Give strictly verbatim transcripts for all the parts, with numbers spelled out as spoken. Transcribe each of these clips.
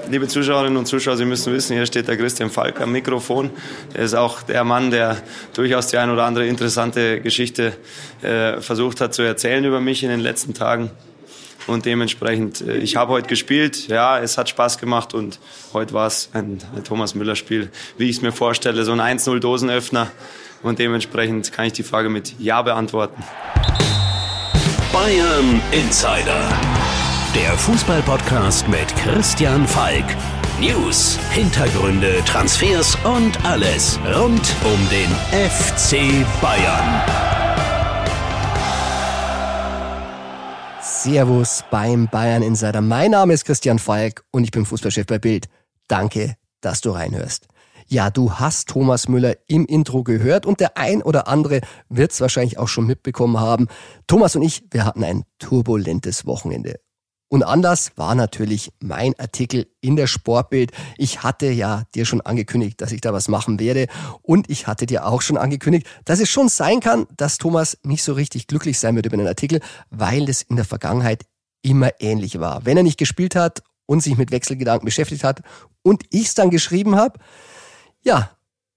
liebe Zuschauerinnen und Zuschauer, Sie müssen wissen, hier steht der Christian Falk am Mikrofon. Er ist auch der Mann, der durchaus die ein oder andere interessante Geschichte äh, versucht hat zu erzählen über mich in den letzten Tagen. Und dementsprechend, äh, ich habe heute gespielt, ja, es hat Spaß gemacht und heute war es ein, ein Thomas Müller-Spiel, wie ich es mir vorstelle, so ein eins null Dosenöffner. Und dementsprechend kann ich die Frage mit Ja beantworten. Bayern Insider. Der Fußball-Podcast mit Christian Falk. News, Hintergründe, Transfers und alles rund um den F C Bayern. Servus beim Bayern Insider. Mein Name ist Christian Falk und ich bin Fußballchef bei Bild. Danke, dass du reinhörst. Ja, du hast Thomas Müller im Intro gehört und der ein oder andere wird es wahrscheinlich auch schon mitbekommen haben. Thomas und ich, wir hatten ein turbulentes Wochenende. Und anders war natürlich mein Artikel in der Sportbild. Ich hatte ja dir schon angekündigt, dass ich da was machen werde. Und ich hatte dir auch schon angekündigt, dass es schon sein kann, dass Thomas nicht so richtig glücklich sein wird über den Artikel, weil es in der Vergangenheit immer ähnlich war. Wenn er nicht gespielt hat und sich mit Wechselgedanken beschäftigt hat und ich es dann geschrieben habe, ja,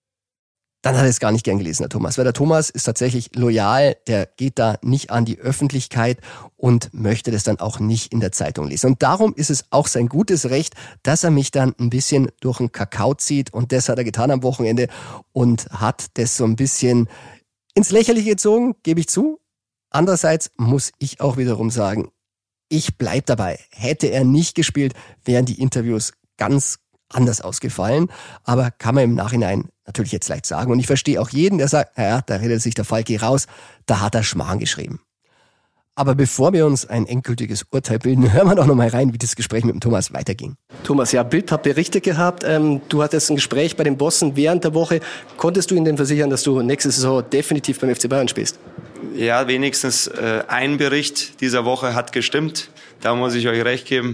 dann hat er es gar nicht gern gelesen, der Thomas. Weil der Thomas ist tatsächlich loyal, der geht da nicht an die Öffentlichkeit und möchte das dann auch nicht in der Zeitung lesen. Und darum ist es auch sein gutes Recht, dass er mich dann ein bisschen durch den Kakao zieht. Und das hat er getan am Wochenende und hat das so ein bisschen ins Lächerliche gezogen, gebe ich zu. Andererseits muss ich auch wiederum sagen, ich bleib dabei. Hätte er nicht gespielt, wären die Interviews ganz anders ausgefallen, aber kann man im Nachhinein natürlich jetzt leicht sagen. Und ich verstehe auch jeden, der sagt, naja, da redet sich der Falki raus, da hat er Schmarrn geschrieben. Aber bevor wir uns ein endgültiges Urteil bilden, hören wir doch noch mal rein, wie das Gespräch mit dem Thomas weiterging. Thomas, ja, Bild hat berichtet gehabt, ähm, du hattest ein Gespräch bei den Bossen während der Woche. Konntest du ihnen denn versichern, dass du nächste Saison definitiv beim F C Bayern spielst? Ja, wenigstens äh, ein Bericht dieser Woche hat gestimmt. Da muss ich euch recht geben.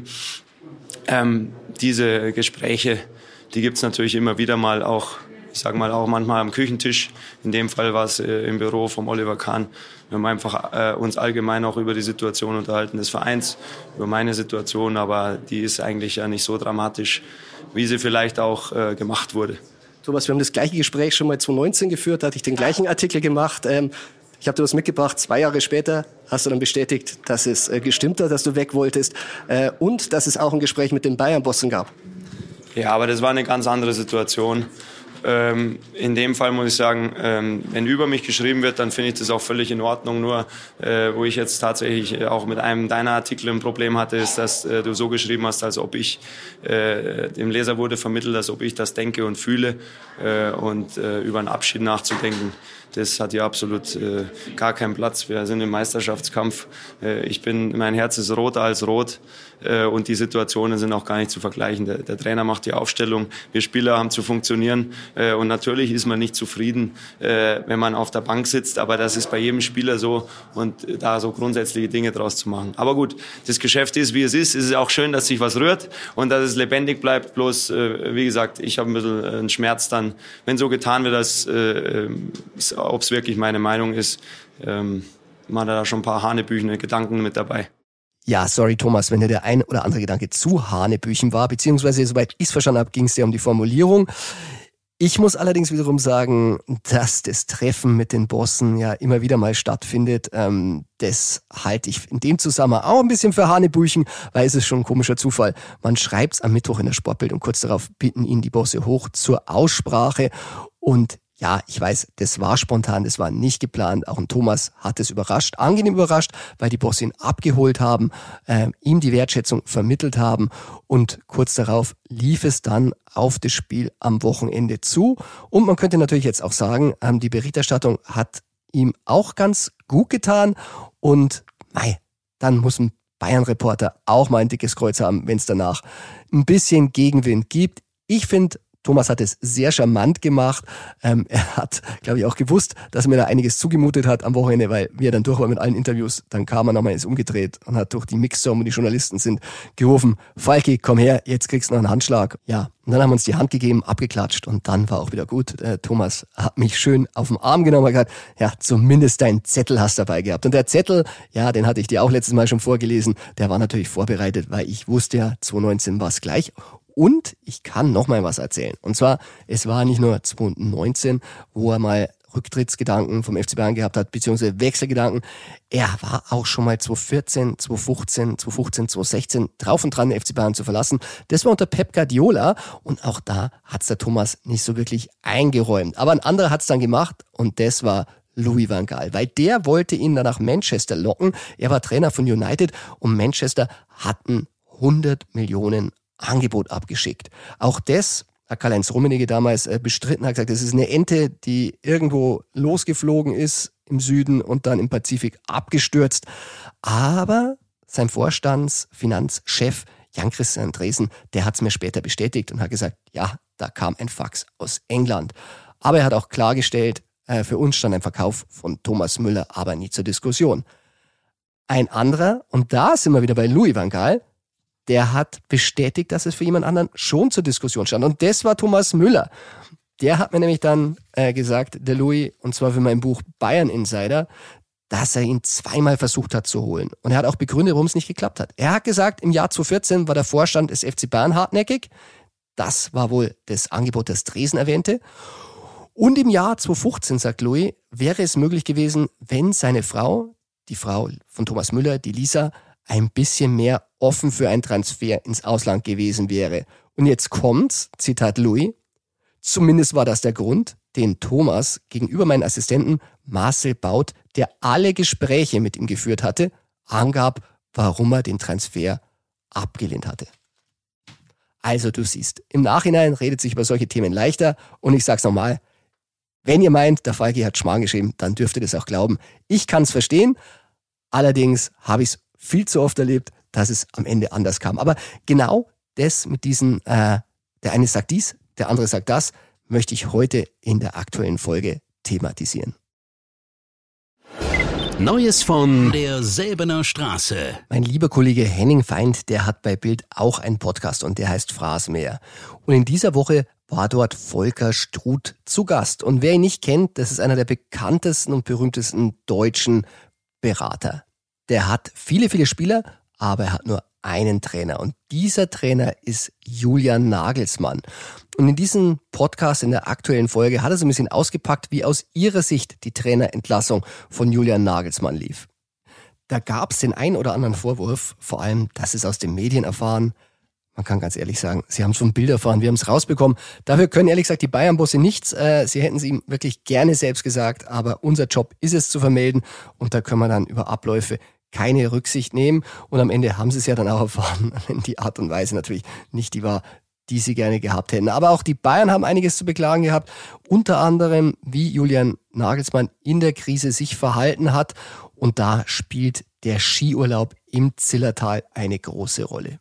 Ähm, diese Gespräche, die gibt's natürlich immer wieder mal auch, ich sage mal auch manchmal am Küchentisch. In dem Fall war es äh, im Büro vom Oliver Kahn. Wir haben einfach äh, uns allgemein auch über die Situation unterhalten des Vereins, über meine Situation, aber die ist eigentlich ja nicht so dramatisch, wie sie vielleicht auch äh, gemacht wurde. Thomas, wir haben das gleiche Gespräch schon mal zwanzig neunzehn geführt, da hatte ich den gleichen Artikel gemacht. Ähm, ich habe dir was mitgebracht, zwei Jahre später hast du dann bestätigt, dass es äh, gestimmt hat, dass du weg wolltest äh, und dass es auch ein Gespräch mit den Bayern-Bossen gab. Ja, aber das war eine ganz andere Situation. Ähm, in dem Fall muss ich sagen, ähm, wenn über mich geschrieben wird, dann finde ich das auch völlig in Ordnung. Nur, äh, wo ich jetzt tatsächlich auch mit einem deiner Artikel ein Problem hatte, ist, dass äh, du so geschrieben hast, als ob ich, äh, dem Leser wurde vermittelt, als ob ich das denke und fühle äh, und äh, über einen Abschied nachzudenken. Das hat ja absolut äh, gar keinen Platz. Wir sind im Meisterschaftskampf. Äh, ich bin, mein Herz ist roter als rot äh, und die Situationen sind auch gar nicht zu vergleichen. Der, der Trainer macht die Aufstellung, wir Spieler haben zu funktionieren äh, und natürlich ist man nicht zufrieden, äh, wenn man auf der Bank sitzt, aber das ist bei jedem Spieler so und äh, da so grundsätzliche Dinge draus zu machen. Aber gut, das Geschäft ist, wie es ist. Es ist auch schön, dass sich was rührt und dass es lebendig bleibt. Bloß, äh, wie gesagt, ich habe ein bisschen äh, einen Schmerz dann, wenn so getan wird, dass äh, ob es wirklich meine Meinung ist, ähm, man hat da schon ein paar hanebüchene Gedanken mit dabei. Ja, sorry Thomas, wenn dir der ein oder andere Gedanke zu hanebüchen war, beziehungsweise soweit ich es verstanden habe, ging es dir um die Formulierung. Ich muss allerdings wiederum sagen, dass das Treffen mit den Bossen ja immer wieder mal stattfindet. Ähm, das halte ich in dem Zusammenhang auch ein bisschen für hanebüchen, weil es ist schon ein komischer Zufall. Man schreibt es am Mittwoch in der Sportbild und kurz darauf bitten ihn die Bosse hoch zur Aussprache und ja, ich weiß, das war spontan, das war nicht geplant. Auch ein Thomas hat es überrascht, angenehm überrascht, weil die Bosse ihn abgeholt haben, äh, ihm die Wertschätzung vermittelt haben und kurz darauf lief es dann auf das Spiel am Wochenende zu. Und man könnte natürlich jetzt auch sagen, ähm, die Berichterstattung hat ihm auch ganz gut getan und mei, dann muss ein Bayern-Reporter auch mal ein dickes Kreuz haben, wenn es danach ein bisschen Gegenwind gibt. Ich finde, Thomas hat es sehr charmant gemacht. Ähm, er hat, glaube ich, auch gewusst, dass er mir da einiges zugemutet hat am Wochenende, weil wir dann durch waren mit allen Interviews. Dann kam er nochmal, ist umgedreht und hat durch die Mixzone, wo die Journalisten sind, gerufen, Falki, komm her, jetzt kriegst du noch einen Handschlag. Ja, und dann haben wir uns die Hand gegeben, abgeklatscht und dann war auch wieder gut. Äh, Thomas hat mich schön auf den Arm genommen und gesagt, ja, zumindest deinen Zettel hast du dabei gehabt. Und der Zettel, ja, den hatte ich dir auch letztes Mal schon vorgelesen, der war natürlich vorbereitet, weil ich wusste ja, zwanzig neunzehn war es gleich. Und ich kann noch mal was erzählen. Und zwar, es war nicht nur zwanzig neunzehn, wo er mal Rücktrittsgedanken vom F C Bayern gehabt hat, beziehungsweise Wechselgedanken. Er war auch schon mal zwanzig vierzehn, zwanzig fünfzehn, zwanzig fünfzehn, zwanzig sechzehn drauf und dran, den F C Bayern zu verlassen. Das war unter Pep Guardiola und auch da hat's der Thomas nicht so wirklich eingeräumt. Aber ein anderer hat's dann gemacht und das war Louis van Gaal, weil der wollte ihn dann nach Manchester locken. Er war Trainer von United und Manchester hatten hundert Millionen Angebot abgeschickt. Auch das hat Karl-Heinz Rummenigge damals bestritten, hat gesagt, das ist eine Ente, die irgendwo losgeflogen ist im Süden und dann im Pazifik abgestürzt. Aber sein Vorstandsfinanzchef Jan-Christian Dresen, der hat es mir später bestätigt und hat gesagt, ja, da kam ein Fax aus England. Aber er hat auch klargestellt, äh, für uns stand ein Verkauf von Thomas Müller aber nie zur Diskussion. Ein anderer, und da sind wir wieder bei Louis van Gaal, der hat bestätigt, dass es für jemand anderen schon zur Diskussion stand. Und das war Thomas Müller. Der hat mir nämlich dann äh, gesagt, der Louis, und zwar für mein Buch Bayern Insider, dass er ihn zweimal versucht hat zu holen. Und er hat auch begründet, warum es nicht geklappt hat. Er hat gesagt, im Jahr zwanzig vierzehn war der Vorstand des F C Bayern hartnäckig. Das war wohl das Angebot, das Dresen erwähnte. Und im Jahr zwanzig fünfzehn, sagt Louis, wäre es möglich gewesen, wenn seine Frau, die Frau von Thomas Müller, die Lisa, ein bisschen mehr offen für einen Transfer ins Ausland gewesen wäre. Und jetzt kommt's, Zitat Louis, zumindest war das der Grund, den Thomas gegenüber meinen Assistenten Marcel Baut, der alle Gespräche mit ihm geführt hatte, angab, warum er den Transfer abgelehnt hatte. Also du siehst, im Nachhinein redet sich über solche Themen leichter und ich sag's nochmal, wenn ihr meint, der Falki hat Schmarrn geschrieben, dann dürft ihr das auch glauben. Ich kann's verstehen, allerdings habe ich's viel zu oft erlebt, dass es am Ende anders kam. Aber genau das mit diesen, äh, der eine sagt dies, der andere sagt das, möchte ich heute in der aktuellen Folge thematisieren. Neues von der Säbener Straße. Mein lieber Kollege Henning Feind, der hat bei Bild auch einen Podcast und der heißt Phrasenmäher. Und in dieser Woche war dort Volker Struth zu Gast. Und wer ihn nicht kennt, das ist einer der bekanntesten und berühmtesten deutschen Berater. Der hat viele, viele Spieler, aber er hat nur einen Trainer. Und dieser Trainer ist Julian Nagelsmann. Und in diesem Podcast, in der aktuellen Folge, hat er so ein bisschen ausgepackt, wie aus ihrer Sicht die Trainerentlassung von Julian Nagelsmann lief. Da gab es den einen oder anderen Vorwurf, vor allem, dass es aus den Medien erfahren. Man kann ganz ehrlich sagen, sie haben es vom Bild erfahren, wir haben es rausbekommen. Dafür können ehrlich gesagt die Bayern-Bosse nichts. Äh, sie hätten es ihm wirklich gerne selbst gesagt, aber unser Job ist es zu vermelden und da können wir dann über Abläufe keine Rücksicht nehmen. Und am Ende haben sie es ja dann auch erfahren, wenn die Art und Weise natürlich nicht die war, die sie gerne gehabt hätten. Aber auch die Bayern haben einiges zu beklagen gehabt. Unter anderem, wie Julian Nagelsmann in der Krise sich verhalten hat. Und da spielt der Skiurlaub im Zillertal eine große Rolle.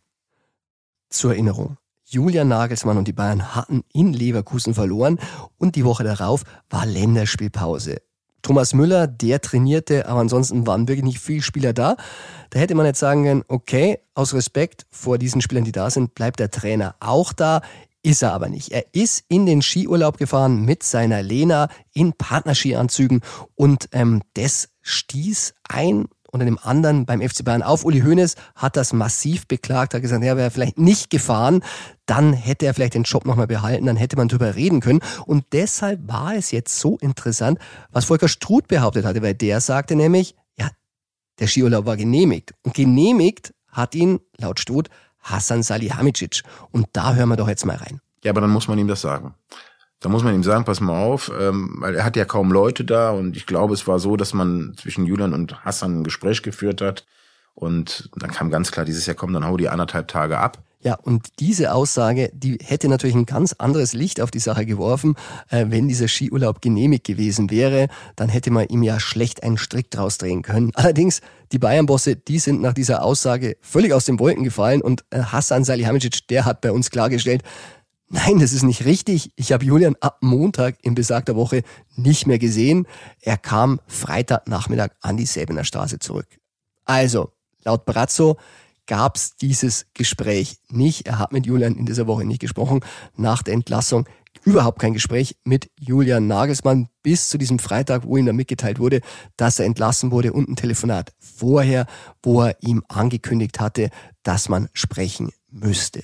Zur Erinnerung. Julian Nagelsmann und die Bayern hatten in Leverkusen verloren und die Woche darauf war Länderspielpause. Thomas Müller, der trainierte, aber ansonsten waren wirklich nicht viele Spieler da. Da hätte man jetzt sagen können, okay, aus Respekt vor diesen Spielern, die da sind, bleibt der Trainer auch da. Ist er aber nicht. Er ist in den Skiurlaub gefahren mit seiner Lena in Partnerskianzügen und ähm, das stieß ein oder dem anderen beim F C Bayern auf. Uli Hoeneß hat das massiv beklagt, hat gesagt, er wäre vielleicht nicht gefahren, dann hätte er vielleicht den Job nochmal behalten, dann hätte man drüber reden können. Und deshalb war es jetzt so interessant, was Volker Struth behauptet hatte, weil der sagte nämlich, ja, der Skiurlaub war genehmigt. Und genehmigt hat ihn, laut Struth, Hasan Salihamidzic. Und da hören wir doch jetzt mal rein. Ja, aber dann muss man ihm das sagen. Da muss man ihm sagen, pass mal auf, ähm, weil er hat ja kaum Leute da und ich glaube, es war so, dass man zwischen Julian und Hasan ein Gespräch geführt hat und dann kam ganz klar dieses Jahr, komm, dann hau die anderthalb Tage ab. Ja, und diese Aussage, die hätte natürlich ein ganz anderes Licht auf die Sache geworfen, äh, wenn dieser Skiurlaub genehmigt gewesen wäre, dann hätte man ihm ja schlecht einen Strick draus drehen können. Allerdings, die Bayern-Bosse, die sind nach dieser Aussage völlig aus den Wolken gefallen und äh, Hasan Salihamidzic, der hat bei uns klargestellt, nein, das ist nicht richtig. Ich habe Julian ab Montag in besagter Woche nicht mehr gesehen. Er kam Freitagnachmittag an die Säbener Straße zurück. Also, laut Brazzo gab's dieses Gespräch nicht. Er hat mit Julian in dieser Woche nicht gesprochen. Nach der Entlassung überhaupt kein Gespräch mit Julian Nagelsmann bis zu diesem Freitag, wo ihm dann mitgeteilt wurde, dass er entlassen wurde und ein Telefonat vorher, wo er ihm angekündigt hatte, dass man sprechen müsste.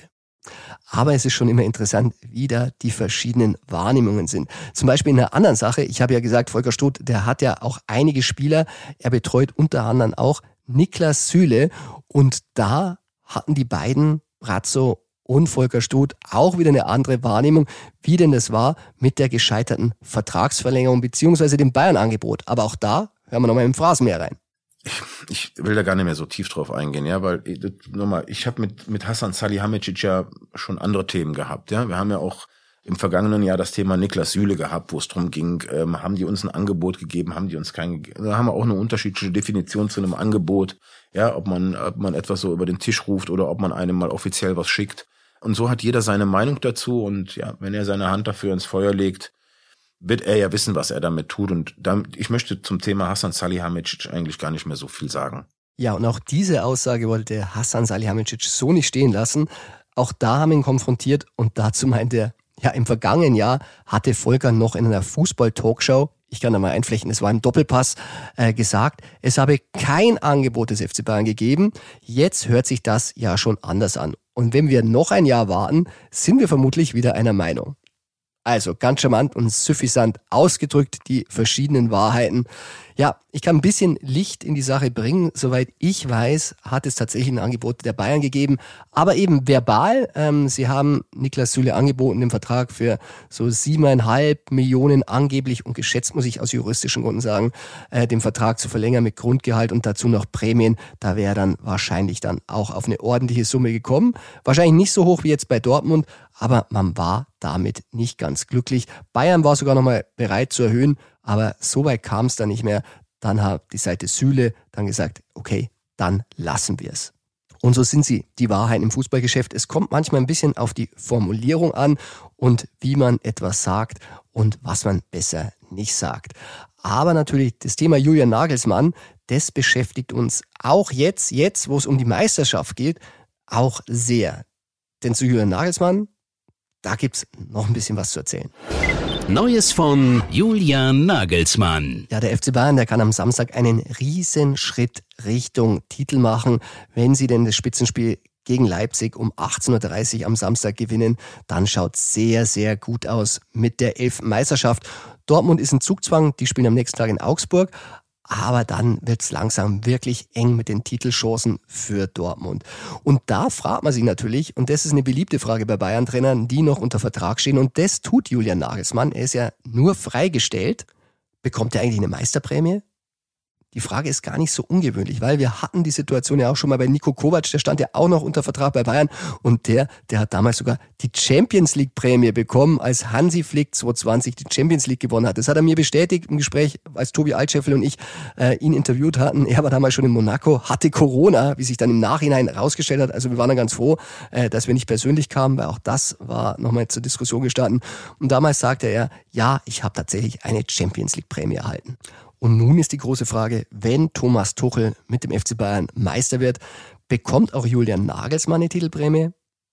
Aber es ist schon immer interessant, wie da die verschiedenen Wahrnehmungen sind. Zum Beispiel in einer anderen Sache, ich habe ja gesagt, Volker Struth, der hat ja auch einige Spieler, er betreut unter anderem auch Niklas Süle und da hatten die beiden, Brazzo und Volker Struth, auch wieder eine andere Wahrnehmung, wie denn das war mit der gescheiterten Vertragsverlängerung beziehungsweise dem Bayern-Angebot. Aber auch da hören wir nochmal im Phrasenmäher rein. Ich, ich will da gar nicht mehr so tief drauf eingehen, ja, weil nochmal, ich habe mit mit Hasan Salihamidzic ja schon andere Themen gehabt, ja. Wir haben ja auch im vergangenen Jahr das Thema Niklas Süle gehabt, wo es drum ging, ähm, haben die uns ein Angebot gegeben, haben die uns kein gegeben. Da haben wir auch eine unterschiedliche Definition zu einem Angebot, ja, ob man ob man etwas so über den Tisch ruft oder ob man einem mal offiziell was schickt. Und so hat jeder seine Meinung dazu und ja, wenn er seine Hand dafür ins Feuer legt, wird er ja wissen, was er damit tut. Und damit, ich möchte zum Thema Hasan Salihamidzic eigentlich gar nicht mehr so viel sagen. Ja, und auch diese Aussage wollte Hasan Salihamidzic so nicht stehen lassen. Auch da haben wir ihn konfrontiert und dazu meinte er, ja, im vergangenen Jahr hatte Volker noch in einer Fußball-Talkshow, ich kann da mal einflechten, es war im Doppelpass, äh, gesagt, es habe kein Angebot des F C Bayern gegeben. Jetzt hört sich das ja schon anders an. Und wenn wir noch ein Jahr warten, sind wir vermutlich wieder einer Meinung. Also ganz charmant und suffisant ausgedrückt, die verschiedenen Wahrheiten. Ja, ich kann ein bisschen Licht in die Sache bringen. Soweit ich weiß, hat es tatsächlich ein Angebot der Bayern gegeben. Aber eben verbal. Ähm, sie haben Niklas Süle angeboten, den Vertrag für so siebeneinhalb Millionen angeblich und geschätzt, muss ich aus juristischen Gründen sagen, äh, den Vertrag zu verlängern mit Grundgehalt und dazu noch Prämien. Da wäre dann wahrscheinlich dann auch auf eine ordentliche Summe gekommen. Wahrscheinlich nicht so hoch wie jetzt bei Dortmund, aber man war damit nicht ganz glücklich. Bayern war sogar nochmal bereit zu erhöhen, aber so weit kam es dann nicht mehr. Dann hat die Seite Süle dann gesagt, okay, dann lassen wir es. Und so sind sie, die Wahrheiten im Fußballgeschäft. Es kommt manchmal ein bisschen auf die Formulierung an und wie man etwas sagt und was man besser nicht sagt. Aber natürlich das Thema Julian Nagelsmann, das beschäftigt uns auch jetzt, jetzt, wo es um die Meisterschaft geht, auch sehr. Denn zu Julian Nagelsmann, da gibt's noch ein bisschen was zu erzählen. Neues von Julian Nagelsmann. Ja, der F C Bayern, der kann am Samstag einen Riesenschritt Richtung Titel machen. Wenn sie denn das Spitzenspiel gegen Leipzig um achtzehn Uhr dreißig am Samstag gewinnen, dann schaut's sehr, sehr gut aus mit der elften Meisterschaft. Dortmund ist in Zugzwang, die spielen am nächsten Tag in Augsburg. Aber dann wird's langsam wirklich eng mit den Titelchancen für Dortmund. Und da fragt man sich natürlich, und das ist eine beliebte Frage bei Bayern-Trainern, die noch unter Vertrag stehen, und das tut Julian Nagelsmann, er ist ja nur freigestellt, bekommt er eigentlich eine Meisterprämie? Die Frage ist gar nicht so ungewöhnlich, weil wir hatten die Situation ja auch schon mal bei Niko Kovac, der stand ja auch noch unter Vertrag bei Bayern und der, der hat damals sogar die Champions League Prämie bekommen, als Hansi Flick zwanzig zwanzig die Champions League gewonnen hat. Das hat er mir bestätigt im Gespräch, als Tobi Altscheffel und ich äh, ihn interviewt hatten. Er war damals schon in Monaco, hatte Corona, wie sich dann im Nachhinein rausgestellt hat. Also wir waren dann ganz froh, äh, dass wir nicht persönlich kamen, weil auch das war nochmal zur Diskussion gestanden. Und damals sagte er, ja, ich habe tatsächlich eine Champions League Prämie erhalten. Und nun ist die große Frage, wenn Thomas Tuchel mit dem F C Bayern Meister wird, bekommt auch Julian Nagelsmann eine Titelprämie?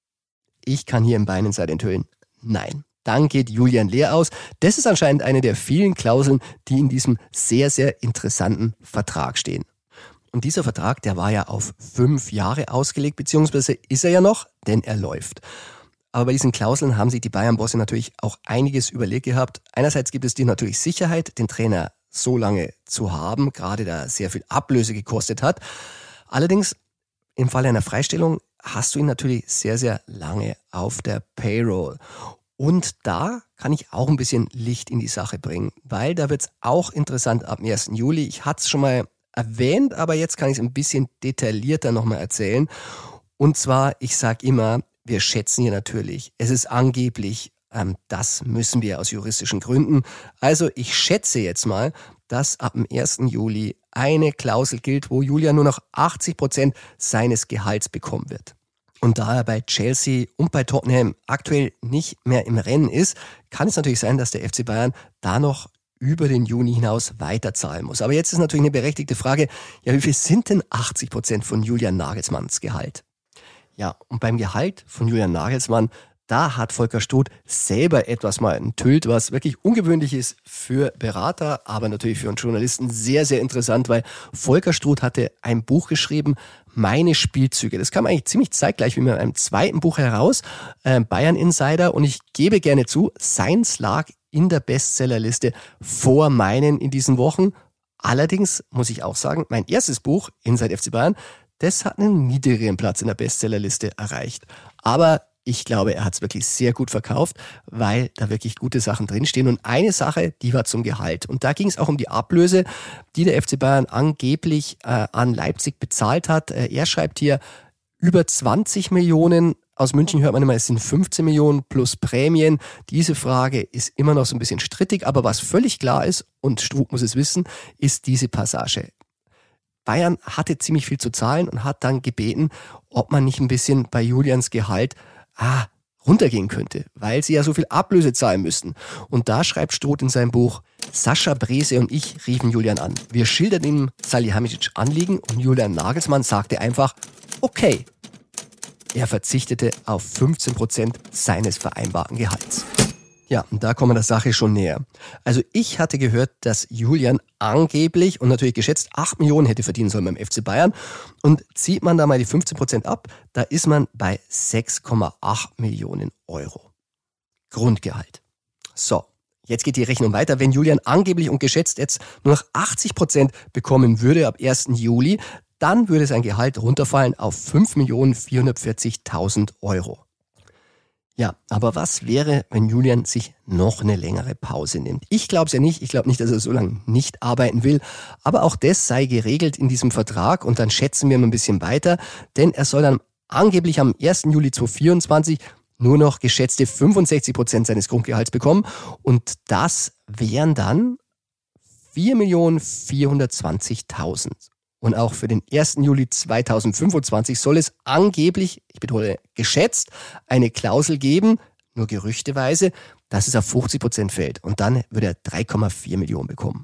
Ich kann hier im Bein Inside enthüllen, nein. Dann geht Julian leer aus. Das ist anscheinend eine der vielen Klauseln, die in diesem sehr, sehr interessanten Vertrag stehen. Und dieser Vertrag, der war ja auf fünf Jahre ausgelegt, beziehungsweise ist er ja noch, denn er läuft. Aber bei diesen Klauseln haben sich die Bayern-Bosse natürlich auch einiges überlegt gehabt. Einerseits gibt es die natürlich Sicherheit, den Trainer so lange zu haben, gerade da sehr viel Ablöse gekostet hat. Allerdings, im Falle einer Freistellung hast du ihn natürlich sehr, sehr lange auf der Payroll. Und da kann ich auch ein bisschen Licht in die Sache bringen, weil da wird es auch interessant ab dem ersten Juli. Ich hatte es schon mal erwähnt, aber jetzt kann ich es ein bisschen detaillierter nochmal erzählen. Und zwar, ich sage immer, wir schätzen hier natürlich, es ist angeblich, ähm, das müssen wir aus juristischen Gründen. Also ich schätze jetzt mal, dass ab dem ersten Juli eine Klausel gilt, wo Julian nur noch achtzig Prozent seines Gehalts bekommen wird. Und da er bei Chelsea und bei Tottenham aktuell nicht mehr im Rennen ist, kann es natürlich sein, dass der F C Bayern da noch über den Juni hinaus weiterzahlen muss. Aber jetzt ist natürlich eine berechtigte Frage, ja, wie viel sind denn achtzig Prozent von Julian Nagelsmanns Gehalt? Ja, und beim Gehalt von Julian Nagelsmann, Da hat Volker Struth selber etwas mal enthüllt, was wirklich ungewöhnlich ist für Berater, aber natürlich für uns Journalisten sehr, sehr interessant, weil Volker Struth hatte ein Buch geschrieben, Meine Spielzüge. Das kam eigentlich ziemlich zeitgleich wie mit einem zweiten Buch heraus, äh, Bayern Insider. Und ich gebe gerne zu, seins lag in der Bestsellerliste vor meinen in diesen Wochen. Allerdings muss ich auch sagen, mein erstes Buch, Inside F C Bayern, das hat einen niedrigeren Platz in der Bestsellerliste erreicht. Aber ich glaube, er hat es wirklich sehr gut verkauft, weil da wirklich gute Sachen drinstehen. Und eine Sache, die war zum Gehalt. Und da ging es auch um die Ablöse, die der F C Bayern angeblich äh, an Leipzig bezahlt hat. Äh, er schreibt hier über zwanzig Millionen. Aus München hört man immer, es sind fünfzehn Millionen plus Prämien. Diese Frage ist immer noch so ein bisschen strittig. Aber was völlig klar ist, und Struth muss es wissen, ist diese Passage. Bayern hatte ziemlich viel zu zahlen und hat dann gebeten, ob man nicht ein bisschen bei Julians Gehalt ah, runtergehen könnte, weil sie ja so viel Ablöse zahlen müssten. Und da schreibt Struth in seinem Buch, Sascha Brese und ich riefen Julian an. Wir schilderten ihm Salihamidzic Anliegen und Julian Nagelsmann sagte einfach, okay. Er verzichtete auf fünfzehn Prozent seines vereinbarten Gehalts. Ja, und da kommen wir der Sache schon näher. Also ich hatte gehört, dass Julian angeblich und natürlich geschätzt acht Millionen hätte verdienen sollen beim F C Bayern. Und zieht man da mal die fünfzehn Prozent ab, da ist man bei sechs Komma acht Millionen Euro. Grundgehalt. So, jetzt geht die Rechnung weiter. Wenn Julian angeblich und geschätzt jetzt nur noch achtzig Prozent bekommen würde ab ersten Juli, dann würde sein Gehalt runterfallen auf fünf Millionen vierhundertvierzigtausend Euro. Ja, aber was wäre, wenn Julian sich noch eine längere Pause nimmt? Ich glaube es ja nicht. Ich glaube nicht, dass er so lange nicht arbeiten will. Aber auch das sei geregelt in diesem Vertrag. Und dann schätzen wir mal ein bisschen weiter. Denn er soll dann angeblich am ersten Juli zweitausendvierundzwanzig nur noch geschätzte fünfundsechzig Prozent seines Grundgehalts bekommen. Und das wären dann vier Millionen vierhundertzwanzigtausend. Und auch für den ersten Juli zweitausendfünfundzwanzig soll es angeblich, ich betone geschätzt, eine Klausel geben, nur gerüchteweise, dass es auf fünfzig Prozent fällt. Und dann würde er drei Komma vier Millionen bekommen.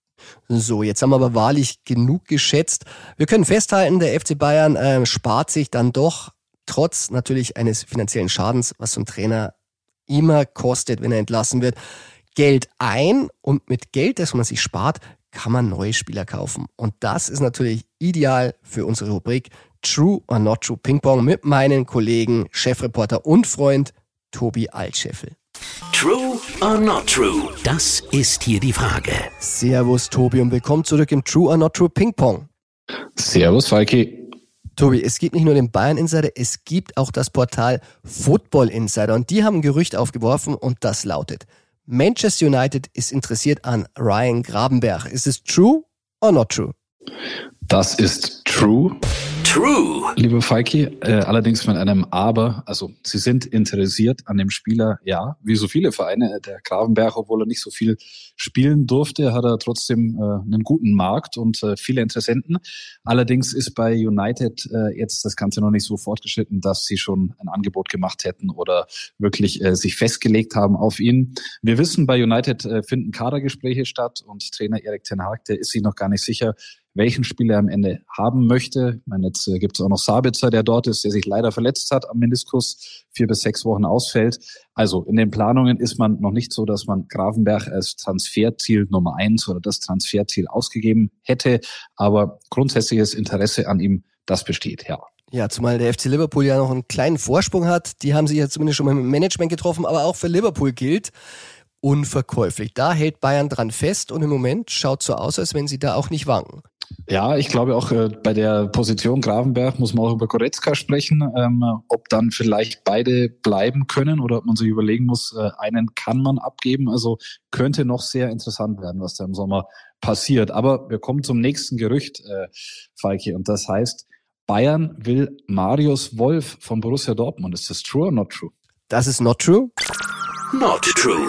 So, jetzt haben wir aber wahrlich genug geschätzt. Wir können festhalten, der F C Bayern äh, spart sich dann doch, trotz natürlich eines finanziellen Schadens, was so ein Trainer immer kostet, wenn er entlassen wird, Geld ein. Und mit Geld, das man sich spart, kann man neue Spieler kaufen. Und das ist natürlich ideal für unsere Rubrik True or Not True Ping Pong mit meinem Kollegen, Chefreporter und Freund Tobi Altscheffel. True or Not True? Das ist hier die Frage. Servus Tobi und willkommen zurück im True or Not True Ping Pong. Servus Falki. Tobi, es gibt nicht nur den Bayern Insider, es gibt auch das Portal Football Insider und die haben ein Gerücht aufgeworfen und das lautet: Manchester United ist interessiert an Ryan Gravenberch. Ist es true or not true? Das ist true. True. Lieber Falki, äh, allerdings mit einem Aber. Also sie sind interessiert an dem Spieler, ja, wie so viele Vereine. Der Gravenberch, obwohl er nicht so viel spielen durfte, hat er trotzdem äh, einen guten Markt und äh, viele Interessenten. Allerdings ist bei United äh, jetzt das Ganze noch nicht so fortgeschritten, dass sie schon ein Angebot gemacht hätten oder wirklich äh, sich festgelegt haben auf ihn. Wir wissen, bei United äh, finden Kadergespräche statt und Trainer Erik ten Hag, der ist sich noch gar nicht sicher, welchen Spieler er am Ende haben möchte. Ich meine, jetzt äh, gibt es auch noch Sabitzer, der dort ist, der sich leider verletzt hat am Meniskus, vier bis sechs Wochen ausfällt. Also in den Planungen ist man noch nicht so, dass man Gravenberch als Transferziel Nummer eins oder das Transferziel ausgegeben hätte. Aber grundsätzliches Interesse an ihm, das besteht, ja. Ja, zumal der F C Liverpool ja noch einen kleinen Vorsprung hat. Die haben sich ja zumindest schon mal mit dem Management getroffen, aber auch für Liverpool gilt: unverkäuflich. Da hält Bayern dran fest und im Moment schaut so aus, als wenn sie da auch nicht wanken. Ja, ich glaube auch äh, bei der Position Gravenberch muss man auch über Goretzka sprechen, ähm, ob dann vielleicht beide bleiben können oder ob man sich überlegen muss, äh, einen kann man abgeben. Also könnte noch sehr interessant werden, was da im Sommer passiert. Aber wir kommen zum nächsten Gerücht, äh, Falki, und das heißt, Bayern will Marius Wolf von Borussia Dortmund. Ist das true or not true? Das ist not true. Not true.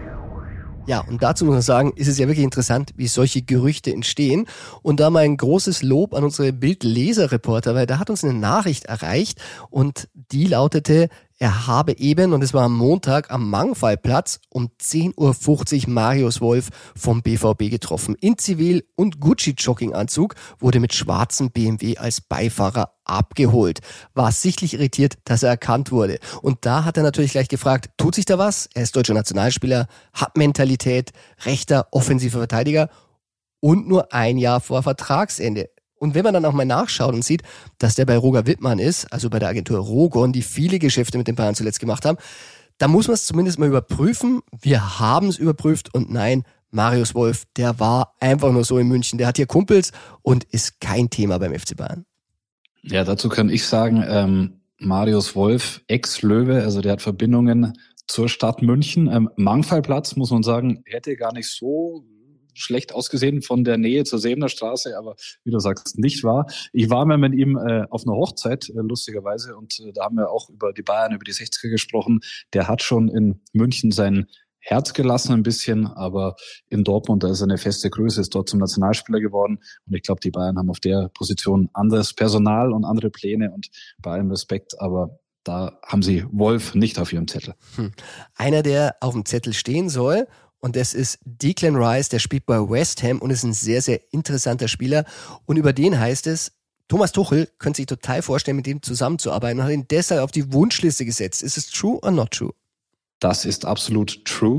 Ja, und dazu muss man sagen, ist es ja wirklich interessant, wie solche Gerüchte entstehen. Und da mal ein großes Lob an unsere Bild-Leser-Reporter, weil da hat uns eine Nachricht erreicht und die lautete: er habe eben, und es war am Montag, am Mangfallplatz um zehn Uhr fünfzig Marius Wolf vom B V B getroffen. In Zivil- und Gucci-Jogginganzug wurde mit schwarzem B M W als Beifahrer abgeholt. War sichtlich irritiert, dass er erkannt wurde. Und da hat er natürlich gleich gefragt, tut sich da was? Er ist deutscher Nationalspieler, hat Mentalität, rechter, offensiver Verteidiger und nur ein Jahr vor Vertragsende. Und wenn man dann auch mal nachschaut und sieht, dass der bei Roger Wittmann ist, also bei der Agentur Rogon, die viele Geschäfte mit den Bayern zuletzt gemacht haben, da muss man es zumindest mal überprüfen. Wir haben es überprüft und nein, Marius Wolf, der war einfach nur so in München. Der hat hier Kumpels und ist kein Thema beim F C Bayern. Ja, dazu kann ich sagen, ähm, Marius Wolf, Ex-Löwe, also der hat Verbindungen zur Stadt München. Ähm, Mangfallplatz, muss man sagen, hätte gar nicht so schlecht ausgesehen von der Nähe zur Sebener Straße, aber wie du sagst, nicht wahr. Ich war mal mit ihm äh, auf einer Hochzeit, äh, lustigerweise, und äh, da haben wir auch über die Bayern, über die sechziger gesprochen. Der hat schon in München sein Herz gelassen ein bisschen, aber in Dortmund, da ist er eine feste Größe, ist dort zum Nationalspieler geworden und ich glaube, die Bayern haben auf der Position anderes Personal und andere Pläne und bei allem Respekt, aber da haben sie Wolf nicht auf ihrem Zettel. Hm. Einer, der auf dem Zettel stehen soll, und das ist Declan Rice, der spielt bei West Ham und ist ein sehr, sehr interessanter Spieler. Und über den heißt es, Thomas Tuchel könnte sich total vorstellen, mit dem zusammenzuarbeiten und hat ihn deshalb auf die Wunschliste gesetzt. Ist es true or not true? Das ist absolut true.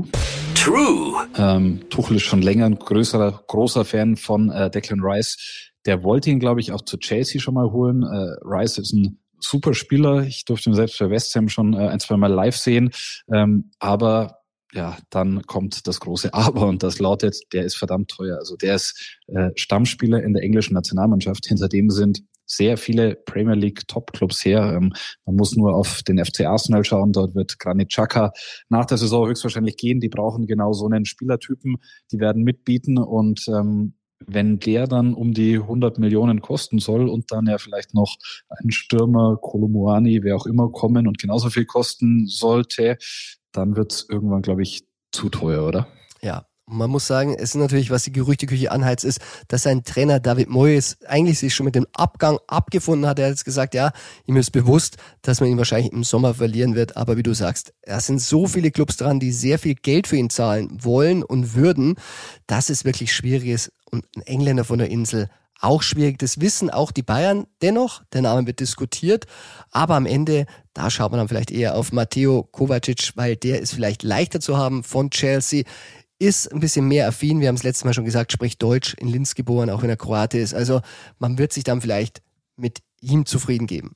True. Ähm, Tuchel ist schon länger ein größerer, großer Fan von äh, Declan Rice. Der wollte ihn, glaube ich, auch zu Chelsea schon mal holen. Äh, Rice ist ein super Spieler. Ich durfte ihn selbst bei West Ham schon äh, ein, zwei Mal live sehen. Ähm, aber ja, dann kommt das große Aber und das lautet, der ist verdammt teuer. Also der ist äh, Stammspieler in der englischen Nationalmannschaft. Hinter dem sind sehr viele Premier League Top-Clubs her. Ähm, man muss nur auf den F C Arsenal schauen. Dort wird Granit Xhaka nach der Saison höchstwahrscheinlich gehen. Die brauchen genau so einen Spielertypen. Die werden mitbieten und ähm, wenn der dann um die hundert Millionen kosten soll und dann ja vielleicht noch ein Stürmer, Kolomuani, wer auch immer kommen und genauso viel kosten sollte, dann wird es irgendwann, glaube ich, zu teuer, oder? Ja, man muss sagen, es ist natürlich, was die Gerüchteküche anheizt, ist, dass sein Trainer David Moyes eigentlich sich schon mit dem Abgang abgefunden hat. Er hat jetzt gesagt, ja, ihm ist bewusst, dass man ihn wahrscheinlich im Sommer verlieren wird. Aber wie du sagst, es sind so viele Clubs dran, die sehr viel Geld für ihn zahlen wollen und würden, dass es wirklich schwierig ist. Und ein Engländer von der Insel, auch schwierig. Das wissen auch die Bayern. Dennoch, der Name wird diskutiert. Aber am Ende, da schaut man dann vielleicht eher auf Mateo Kovacic, weil der ist vielleicht leichter zu haben von Chelsea. Ist ein bisschen mehr affin, wir haben es letztes Mal schon gesagt, spricht Deutsch, in Linz geboren, auch wenn er Kroate ist. Also man wird sich dann vielleicht mit ihm zufrieden geben.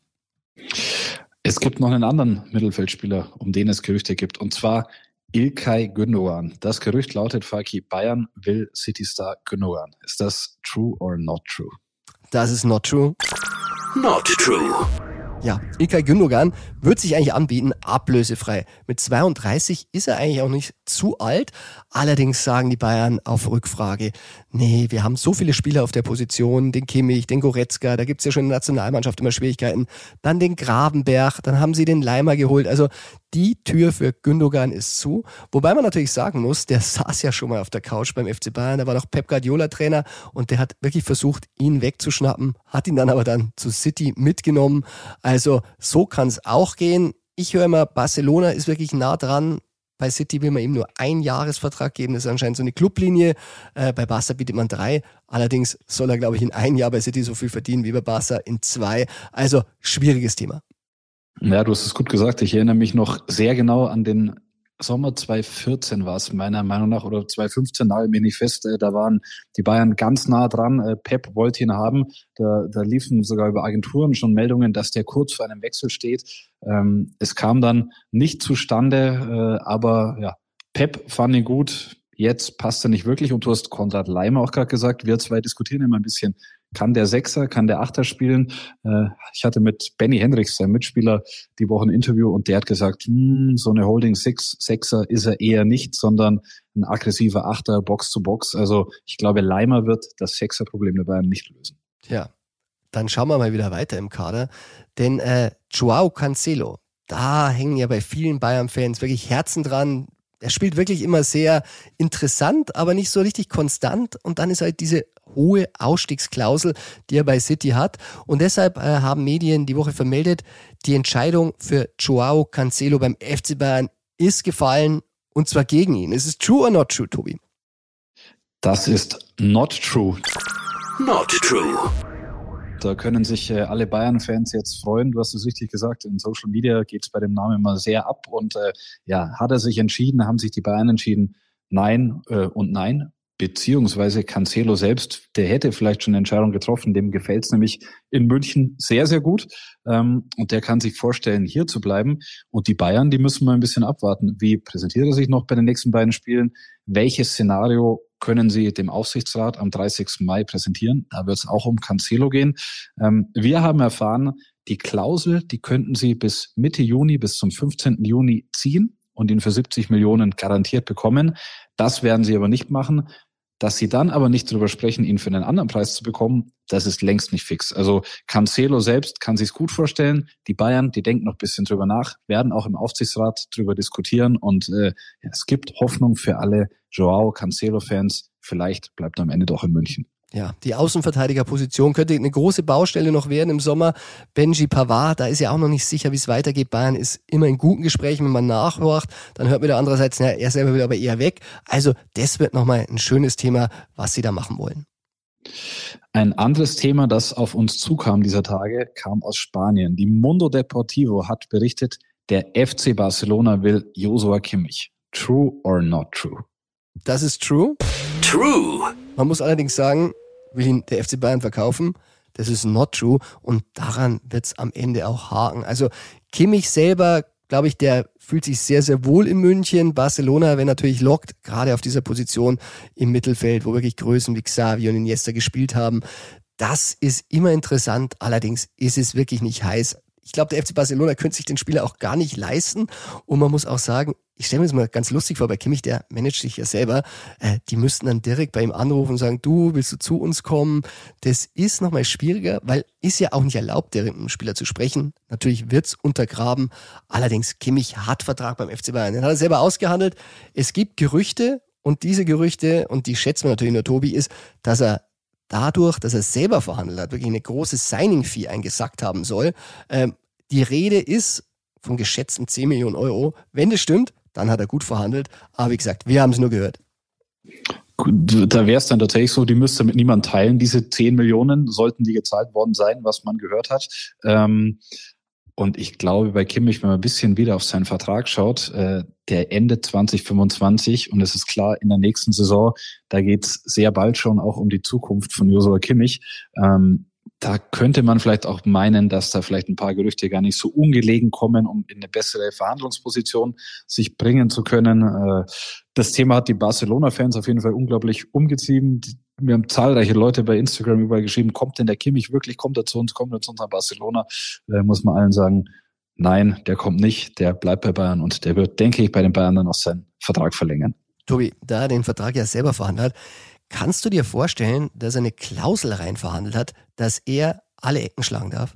Es gibt noch einen anderen Mittelfeldspieler, um den es Gerüchte gibt, und zwar İlkay Gündoğan. Das Gerücht lautet, Falki, Bayern will Citystar Gündoğan. Ist das true or not true? Das ist not true. Not true. Ja, İlkay Gündoğan wird sich eigentlich anbieten, ablösefrei. Mit zweiunddreißig ist er eigentlich auch nicht zu alt. Allerdings sagen die Bayern auf Rückfrage, nee, wir haben so viele Spieler auf der Position, den Kimmich, den Goretzka, da gibt's ja schon in der Nationalmannschaft immer Schwierigkeiten. Dann den Gravenberch, dann haben sie den Leimer geholt. Also die Tür für Gündoğan ist zu. Wobei man natürlich sagen muss, der saß ja schon mal auf der Couch beim F C Bayern, da war noch Pep Guardiola Trainer und der hat wirklich versucht, ihn wegzuschnappen, hat ihn dann aber dann zu City mitgenommen. Also so kann es auch gehen. Ich höre immer, Barcelona ist wirklich nah dran. Bei City will man ihm nur einen Jahresvertrag geben. Das ist anscheinend so eine Clublinie. Äh, bei Barca bietet man drei. Allerdings soll er, glaube ich, in einem Jahr bei City so viel verdienen wie bei Barca in zwei. Also schwieriges Thema. Ja, du hast es gut gesagt. Ich erinnere mich noch sehr genau an den Sommer zweitausendvierzehn war es meiner Meinung nach, oder zweitausendfünfzehn, nagel mich nicht fest, da waren die Bayern ganz nah dran. Pep wollte ihn haben. Da, da liefen sogar über Agenturen schon Meldungen, dass der kurz vor einem Wechsel steht. Es kam dann nicht zustande, aber ja, Pep fand ihn gut. Jetzt passt er nicht wirklich. Und du hast Konrad Leimer auch gerade gesagt, wir zwei diskutieren immer ein bisschen. Kann der Sechser, kann der Achter spielen? Ich hatte mit Benny Henrichs, seinem Mitspieler, die Woche ein Interview und der hat gesagt, hm, so eine Holding Six, Sechser ist er eher nicht, sondern ein aggressiver Achter, Box zu Box. Also ich glaube, Leimer wird das Sechser-Problem der Bayern nicht lösen. Ja, dann schauen wir mal wieder weiter im Kader. Denn äh, Joao Cancelo, da hängen ja bei vielen Bayern-Fans wirklich Herzen dran. Er spielt wirklich immer sehr interessant, aber nicht so richtig konstant. Und dann ist halt diese hohe Ausstiegsklausel, die er bei City hat. Und deshalb äh, haben Medien die Woche vermeldet, die Entscheidung für Joao Cancelo beim F C Bayern ist gefallen, und zwar gegen ihn. Ist es true or not true, Tobi? Das ist not true. Not true. Da können sich äh, alle Bayern-Fans jetzt freuen. Du hast es richtig gesagt, in Social Media geht es bei dem Namen immer sehr ab. Und äh, ja, hat er sich entschieden, haben sich die Bayern entschieden, nein äh, und nein. Beziehungsweise Cancelo selbst, der hätte vielleicht schon eine Entscheidung getroffen, dem gefällt es nämlich in München sehr, sehr gut. Ähm, und der kann sich vorstellen, hier zu bleiben. Und die Bayern, die müssen mal ein bisschen abwarten. Wie präsentiert er sich noch bei den nächsten beiden Spielen? Welches Szenario können sie dem Aufsichtsrat am dreißigsten Mai präsentieren? Da wird es auch um Cancelo gehen. Ähm, wir haben erfahren, die Klausel, die könnten sie bis Mitte Juni, bis zum fünfzehnten Juni ziehen und ihn für siebzig Millionen garantiert bekommen. Das werden sie aber nicht machen. Dass sie dann aber nicht darüber sprechen, ihn für einen anderen Preis zu bekommen, das ist längst nicht fix. Also Cancelo selbst kann sich's gut vorstellen. Die Bayern, die denken noch ein bisschen drüber nach, werden auch im Aufsichtsrat drüber diskutieren. Und äh, ja, es gibt Hoffnung für alle Joao Cancelo-Fans. Vielleicht bleibt er am Ende doch in München. Ja, die Außenverteidigerposition könnte eine große Baustelle noch werden im Sommer. Benji Pavard, da ist ja auch noch nicht sicher, wie es weitergeht. Bayern ist immer in guten Gesprächen, wenn man nachhorcht. Dann hört man wieder andererseits, na, er selber will aber eher weg. Also das wird nochmal ein schönes Thema, was sie da machen wollen. Ein anderes Thema, das auf uns zukam dieser Tage, kam aus Spanien. Die Mundo Deportivo hat berichtet, der F C Barcelona will Joshua Kimmich. True or not true? Das ist true. True. Man muss allerdings sagen, will ihn der F C Bayern verkaufen? Das ist not true und daran wird es am Ende auch haken. Also Kimmich selber, glaube ich, der fühlt sich sehr, sehr wohl in München. Barcelona, wenn natürlich lockt, gerade auf dieser Position im Mittelfeld, wo wirklich Größen wie Xavi und Iniesta gespielt haben. Das ist immer interessant, allerdings ist es wirklich nicht heiß. Ich glaube, der F C Barcelona könnte sich den Spieler auch gar nicht leisten. Und man muss auch sagen, ich stelle mir das mal ganz lustig vor, bei Kimmich, der managt sich ja selber, äh, die müssten dann direkt bei ihm anrufen und sagen, du, willst du zu uns kommen? Das ist nochmal schwieriger, weil ist ja auch nicht erlaubt, direkt mit dem Spieler zu sprechen. Natürlich wird's untergraben. Allerdings, Kimmich hat Vertrag beim F C Bayern. Den hat er selber ausgehandelt. Es gibt Gerüchte und diese Gerüchte, und die schätzt man natürlich nur Tobi, ist, dass er dadurch, dass er selber verhandelt hat, wirklich eine große Signing-Fee eingesackt haben soll. Ähm, die Rede ist von geschätzten zehn Millionen Euro. Wenn das stimmt, dann hat er gut verhandelt. Aber wie gesagt, wir haben es nur gehört. Da wäre es dann tatsächlich so, die müsste mit niemandem teilen. Diese zehn Millionen sollten die gezahlt worden sein, was man gehört hat. Ähm, und ich glaube, bei Kimmich, wenn man ein bisschen wieder auf seinen Vertrag schaut, äh, der endet zwanzig fünfundzwanzig und es ist klar, in der nächsten Saison, da geht's sehr bald schon auch um die Zukunft von Joshua Kimmich. Ähm, Da könnte man vielleicht auch meinen, dass da vielleicht ein paar Gerüchte gar nicht so ungelegen kommen, um in eine bessere Verhandlungsposition sich bringen zu können. Das Thema hat die Barcelona-Fans auf jeden Fall unglaublich umgetrieben. Wir haben zahlreiche Leute bei Instagram überall geschrieben, kommt denn der Kimmich wirklich, kommt er zu uns, kommt er zu uns nach Barcelona? Da muss man allen sagen, nein, der kommt nicht, der bleibt bei Bayern und der wird, denke ich, bei den Bayern dann auch seinen Vertrag verlängern. Tobi, da er den Vertrag ja selber verhandelt hat, kannst du dir vorstellen, dass er eine Klausel rein verhandelt hat, dass er alle Ecken schlagen darf?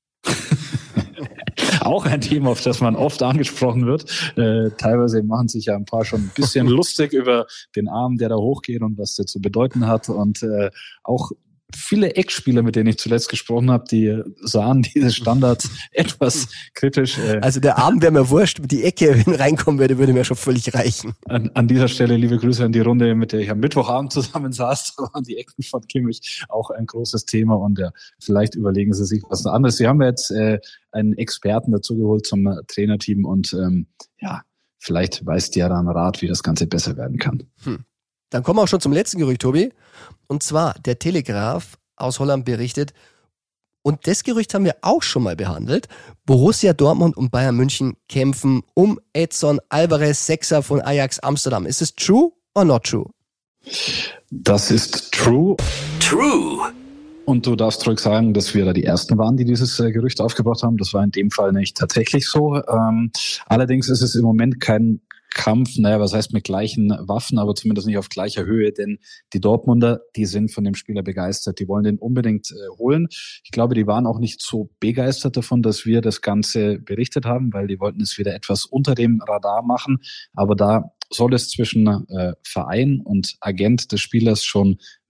Auch ein Thema, auf das man oft angesprochen wird. Äh, teilweise machen sich ja ein paar schon ein bisschen lustig über den Arm, der da hochgeht und was der zu bedeuten hat. Und äh, auch viele Eckspieler, mit denen ich zuletzt gesprochen habe, die sahen diese Standards etwas kritisch. Also der Arm wäre mir wurscht, die Ecke, wenn reinkommen würde, würde mir schon völlig reichen. An, an dieser Stelle liebe Grüße an die Runde, mit der ich am Mittwochabend zusammen saß. Da waren die Ecken von Kimmich auch ein großes Thema und ja, vielleicht überlegen Sie sich was anderes. Sie haben jetzt äh, einen Experten dazu geholt zum Trainerteam und ähm, ja, vielleicht weiß der dann Rat, wie das Ganze besser werden kann. Hm. Dann kommen wir auch schon zum letzten Gerücht, Tobi. Und zwar, der Telegraph aus Holland berichtet, und das Gerücht haben wir auch schon mal behandelt, Borussia Dortmund und Bayern München kämpfen um Edson Alvarez, Sechser von Ajax Amsterdam. Ist es true or not true? Das ist true. True. Und du darfst zurück sagen, dass wir da die Ersten waren, die dieses äh, Gerücht aufgebracht haben. Das war in dem Fall nicht tatsächlich so. Ähm, allerdings ist es im Moment kein Kampf, naja, was heißt mit gleichen Waffen, aber zumindest nicht auf gleicher Höhe, denn die Dortmunder, die sind von dem Spieler begeistert, die wollen den unbedingt äh, holen. Ich glaube, die waren auch nicht so begeistert davon, dass wir das Ganze berichtet haben, weil die wollten es wieder etwas unter dem Radar machen, aber da soll es zwischen äh, Verein und Agent des Spielers schon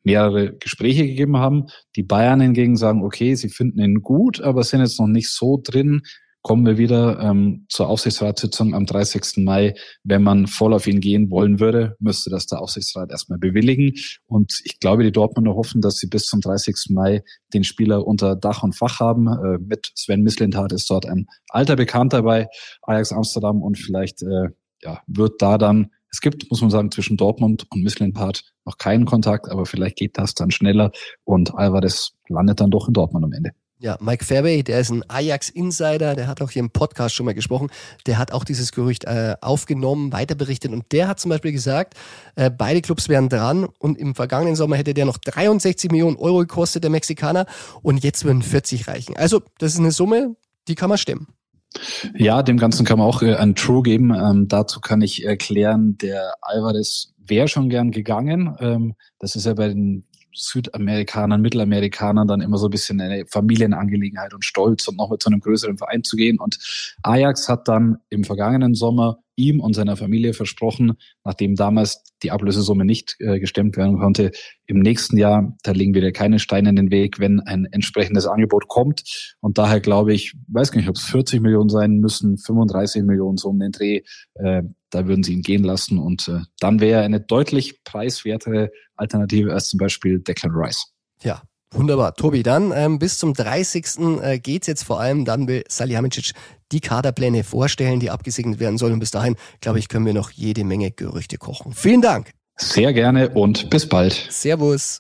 mehrere Gespräche gegeben haben. Die Bayern hingegen sagen, okay, sie finden ihn gut, aber sind jetzt noch nicht so drin. Kommen wir wieder ähm, zur Aufsichtsratssitzung am dreißigsten Mai. Wenn man voll auf ihn gehen wollen würde, müsste das der Aufsichtsrat erstmal bewilligen. Und ich glaube, die Dortmunder hoffen, dass sie bis zum dreißigsten Mai den Spieler unter Dach und Fach haben. Äh, mit Sven Mislintat ist dort ein alter Bekannter bei Ajax Amsterdam und vielleicht äh, ja, wird da dann, es gibt, muss man sagen, zwischen Dortmund und Mislintat noch keinen Kontakt, aber vielleicht geht das dann schneller und Alvarez landet dann doch in Dortmund am Ende. Ja, Mike Fairway, der ist ein Ajax-Insider, der hat auch hier im Podcast schon mal gesprochen, der hat auch dieses Gerücht äh, aufgenommen, weiterberichtet und der hat zum Beispiel gesagt, äh, beide Clubs wären dran und im vergangenen Sommer hätte der noch dreiundsechzig Millionen Euro gekostet, der Mexikaner, und jetzt würden vierzig reichen. Also das ist eine Summe, die kann man stemmen. Ja, dem Ganzen kann man auch äh, ein True geben. Ähm, dazu kann ich erklären, der Alvarez wäre schon gern gegangen. Ähm, das ist ja bei den Südamerikanern, Mittelamerikanern dann immer so ein bisschen eine Familienangelegenheit und Stolz und noch mit zu einem größeren Verein zu gehen. Und Ajax hat dann im vergangenen Sommer ihm und seiner Familie versprochen, nachdem damals die Ablösesumme nicht äh, gestemmt werden konnte, im nächsten Jahr, da legen wir dir keine Steine in den Weg, wenn ein entsprechendes Angebot kommt. Und daher glaube ich, weiß gar nicht, ob es vierzig Millionen sein müssen, fünfunddreißig Millionen so um den Dreh, äh, da würden sie ihn gehen lassen. Und äh, dann wäre er eine deutlich preiswertere Alternative als zum Beispiel Declan Rice. Ja, wunderbar. Tobi, dann ähm, bis zum dreißigsten Äh, geht's jetzt vor allem, dann will Salihamidzic die Kaderpläne vorstellen, die abgesegnet werden sollen. Und bis dahin, glaube ich, können wir noch jede Menge Gerüchte kochen. Vielen Dank. Sehr gerne und bis bald. Servus.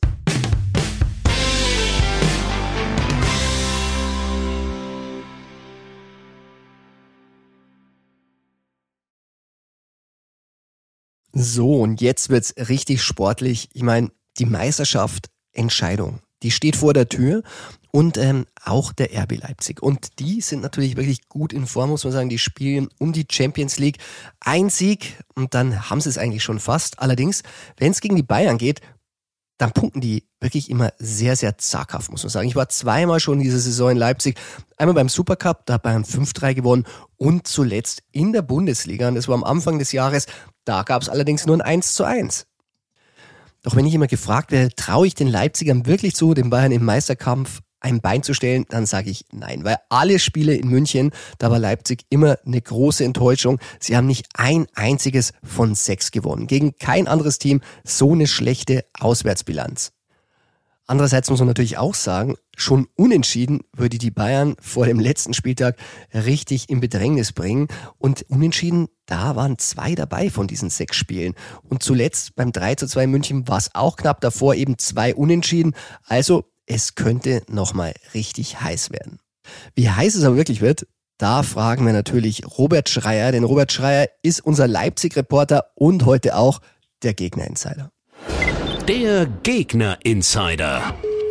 So, und jetzt wird's richtig sportlich. Ich meine, die Meisterschaft, Entscheidung, die steht vor der Tür und ähm, auch der R B Leipzig. Und die sind natürlich wirklich gut in Form, muss man sagen. Die spielen um die Champions League. Ein Sieg und dann haben sie es eigentlich schon fast. Allerdings, wenn es gegen die Bayern geht, dann punkten die wirklich immer sehr, sehr zaghaft, muss man sagen. Ich war zweimal schon diese Saison in Leipzig. Einmal beim Supercup, da hat Bayern fünf drei gewonnen und zuletzt in der Bundesliga. Und das war am Anfang des Jahres. Da gab es allerdings nur ein eins zu eins. Doch wenn ich immer gefragt werde, traue ich den Leipzigern wirklich zu, den Bayern im Meisterkampf ein Bein zu stellen, dann sage ich nein. Weil alle Spiele in München, da war Leipzig immer eine große Enttäuschung. Sie haben nicht ein einziges von sechs gewonnen. Gegen kein anderes Team so eine schlechte Auswärtsbilanz. Andererseits muss man natürlich auch sagen, schon unentschieden würde die Bayern vor dem letzten Spieltag richtig in Bedrängnis bringen. Und unentschieden, da waren zwei dabei von diesen sechs Spielen. Und zuletzt beim drei zu zwei in München war es auch knapp, davor eben zwei Unentschieden. Also es könnte nochmal richtig heiß werden. Wie heiß es aber wirklich wird, da fragen wir natürlich Robert Schreier. Denn Robert Schreier ist unser Leipzig-Reporter und heute auch der Gegner-Insider. Der Gegner-Insider.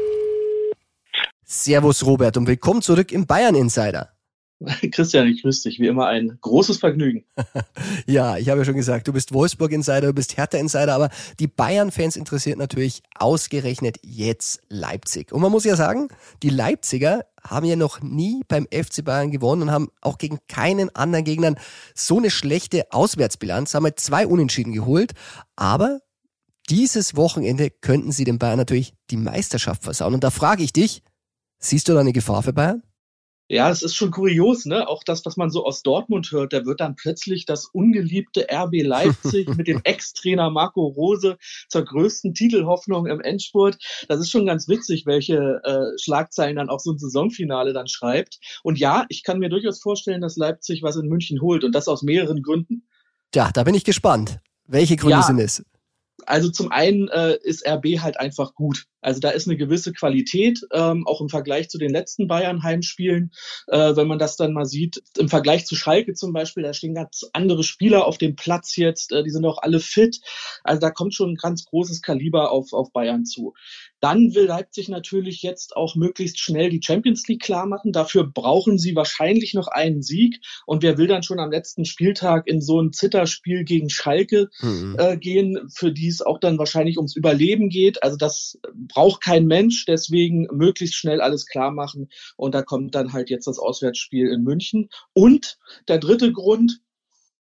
Servus Robert und willkommen zurück im Bayern-Insider. Christian, ich grüße dich. Wie immer ein großes Vergnügen. Ja, ich habe ja schon gesagt, du bist Wolfsburg-Insider, du bist Hertha-Insider, aber die Bayern-Fans interessiert natürlich ausgerechnet jetzt Leipzig. Und man muss ja sagen, die Leipziger haben ja noch nie beim F C Bayern gewonnen und haben auch gegen keinen anderen Gegnern so eine schlechte Auswärtsbilanz, haben halt zwei Unentschieden geholt, aber dieses Wochenende könnten sie den Bayern natürlich die Meisterschaft versauen. Und da frage ich dich, siehst du da eine Gefahr für Bayern? Ja, es ist schon kurios, ne? Auch das, was man so aus Dortmund hört, da wird dann plötzlich das ungeliebte R B Leipzig mit dem Ex-Trainer Marco Rose zur größten Titelhoffnung im Endspurt. Das ist schon ganz witzig, welche äh, Schlagzeilen dann auch so ein Saisonfinale dann schreibt. Und ja, ich kann mir durchaus vorstellen, dass Leipzig was in München holt und das aus mehreren Gründen. Ja, da bin ich gespannt. Welche Gründe ja, sind es? Also zum einen äh, ist R B halt einfach gut. Also da ist eine gewisse Qualität, ähm, auch im Vergleich zu den letzten Bayern-Heimspielen. Äh, wenn man das dann mal sieht, im Vergleich zu Schalke zum Beispiel, da stehen ganz andere Spieler auf dem Platz jetzt, äh, die sind auch alle fit. Also da kommt schon ein ganz großes Kaliber auf, auf Bayern zu. Dann will Leipzig natürlich jetzt auch möglichst schnell die Champions League klar machen. Dafür brauchen sie wahrscheinlich noch einen Sieg. Und wer will dann schon am letzten Spieltag in so ein Zitterspiel gegen Schalke mhm. äh, gehen, für die es auch dann wahrscheinlich ums Überleben geht. Also das braucht kein Mensch, deswegen möglichst schnell alles klar machen. Und da kommt dann halt jetzt das Auswärtsspiel in München. Und der dritte Grund,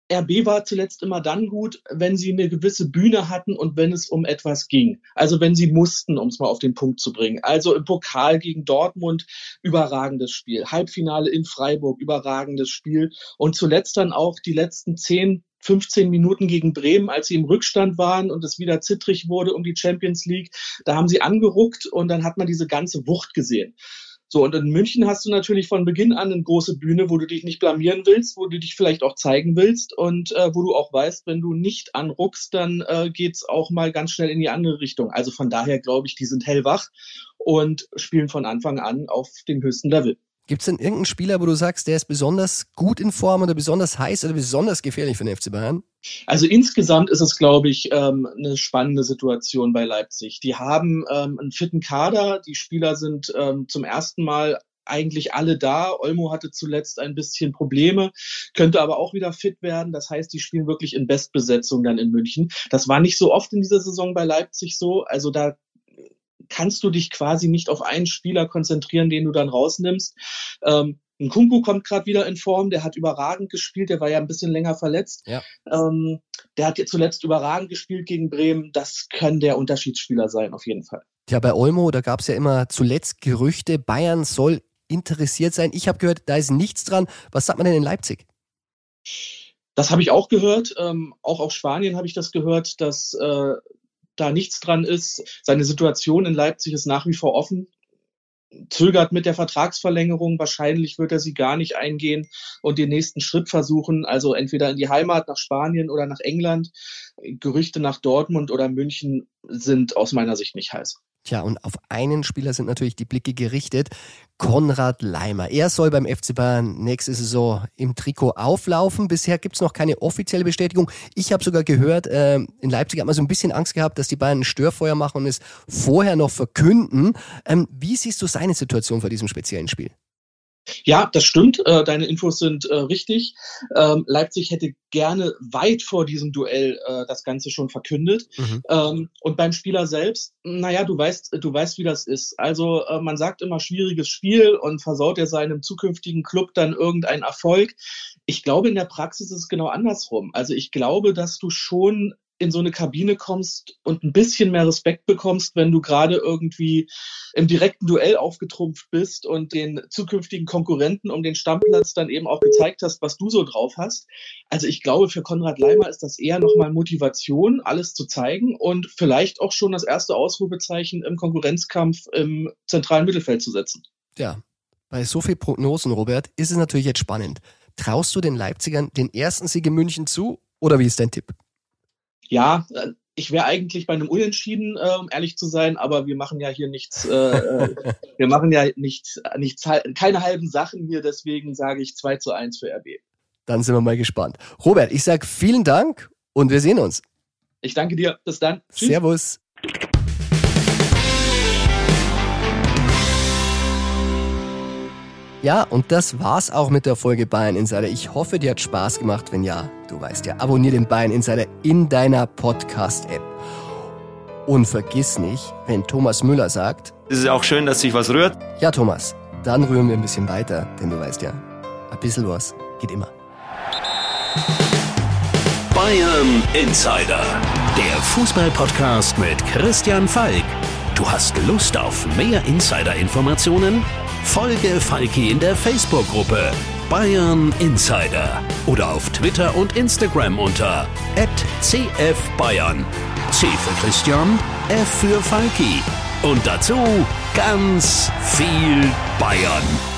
R B war zuletzt immer dann gut, wenn sie eine gewisse Bühne hatten und wenn es um etwas ging. Also wenn sie mussten, um es mal auf den Punkt zu bringen. Also im Pokal gegen Dortmund, überragendes Spiel. Halbfinale in Freiburg, überragendes Spiel. Und zuletzt dann auch die letzten zehn, fünfzehn Minuten gegen Bremen, als sie im Rückstand waren und es wieder zittrig wurde um die Champions League. Da haben sie angeruckt und dann hat man diese ganze Wucht gesehen. So, und in München hast du natürlich von Beginn an eine große Bühne, wo du dich nicht blamieren willst, wo du dich vielleicht auch zeigen willst und äh, wo du auch weißt, wenn du nicht anruckst, dann äh, geht's auch mal ganz schnell in die andere Richtung. Also von daher glaube ich, die sind hellwach und spielen von Anfang an auf dem höchsten Level. Gibt es denn irgendeinen Spieler, wo du sagst, der ist besonders gut in Form oder besonders heiß oder besonders gefährlich für den F C Bayern? Also insgesamt ist es, glaube ich, ähm, eine spannende Situation bei Leipzig. Die haben ähm, einen fitten Kader, die Spieler sind ähm, zum ersten Mal eigentlich alle da. Olmo hatte zuletzt ein bisschen Probleme, könnte aber auch wieder fit werden. Das heißt, die spielen wirklich in Bestbesetzung dann in München. Das war nicht so oft in dieser Saison bei Leipzig so. Also da kannst du dich quasi nicht auf einen Spieler konzentrieren, den du dann rausnimmst. Ähm, Nkunku kommt gerade wieder in Form, der hat überragend gespielt, der war ja ein bisschen länger verletzt. Ja. Ähm, der hat jetzt zuletzt überragend gespielt gegen Bremen. Das kann der Unterschiedsspieler sein, auf jeden Fall. Ja, bei Olmo, da gab es ja immer zuletzt Gerüchte, Bayern soll interessiert sein. Ich habe gehört, da ist nichts dran. Was sagt man denn in Leipzig? Das habe ich auch gehört. Ähm, auch aus Spanien habe ich das gehört, dass äh, da nichts dran ist. Seine Situation in Leipzig ist nach wie vor offen. Zögert mit der Vertragsverlängerung. Wahrscheinlich wird er sie gar nicht eingehen und den nächsten Schritt versuchen. Also entweder in die Heimat, nach Spanien oder nach England. Gerüchte nach Dortmund oder München sind aus meiner Sicht nicht heiß. Tja, und auf einen Spieler sind natürlich die Blicke gerichtet. Konrad Laimer. Er soll beim F C Bayern nächste Saison im Trikot auflaufen. Bisher gibt's noch keine offizielle Bestätigung. Ich habe sogar gehört, äh, in Leipzig hat man so ein bisschen Angst gehabt, dass die Bayern ein Störfeuer machen und es vorher noch verkünden. Ähm, wie siehst du seine Situation vor diesem speziellen Spiel? Ja, das stimmt. Äh, deine Infos sind äh, richtig. Ähm, Leipzig hätte gerne weit vor diesem Duell äh, das Ganze schon verkündet. Mhm. Ähm, und beim Spieler selbst, naja, du weißt, du weißt, wie das ist. Also äh, man sagt immer schwieriges Spiel und versaut er seinem zukünftigen Club dann irgendeinen Erfolg. Ich glaube, in der Praxis ist es genau andersrum. Also ich glaube, dass du schon in so eine Kabine kommst und ein bisschen mehr Respekt bekommst, wenn du gerade irgendwie im direkten Duell aufgetrumpft bist und den zukünftigen Konkurrenten um den Stammplatz dann eben auch gezeigt hast, was du so drauf hast. Also ich glaube, für Konrad Laimer ist das eher nochmal Motivation, alles zu zeigen und vielleicht auch schon das erste Ausrufezeichen im Konkurrenzkampf im zentralen Mittelfeld zu setzen. Ja, bei so viel Prognosen, Robert, ist es natürlich jetzt spannend. Traust du den Leipzigern den ersten Sieg in München zu oder wie ist dein Tipp? Ja, ich wäre eigentlich bei einem Unentschieden, äh, um ehrlich zu sein, aber wir machen ja hier nichts, äh, wir machen ja nichts, nichts, keine halben Sachen hier, deswegen sage ich zwei zu eins für R B. Dann sind wir mal gespannt. Robert, ich sage vielen Dank und wir sehen uns. Ich danke dir, bis dann. Tschüss. Servus. Ja, und das war's auch mit der Folge Bayern Insider. Ich hoffe, dir hat Spaß gemacht. Wenn ja, du weißt ja, abonnier den Bayern Insider in deiner Podcast-App. Und vergiss nicht, wenn Thomas Müller sagt... Es ist auch schön, dass sich was rührt. Ja, Thomas, dann rühren wir ein bisschen weiter. Denn du weißt ja, ein bisschen was geht immer. Bayern Insider, der Fußball-Podcast mit Christian Falk. Du hast Lust auf mehr Insider-Informationen? Folge Falki in der Facebook-Gruppe Bayern Insider oder auf Twitter und Instagram unter at c f bayern. C für Christian, F für Falki. Und dazu ganz viel Bayern.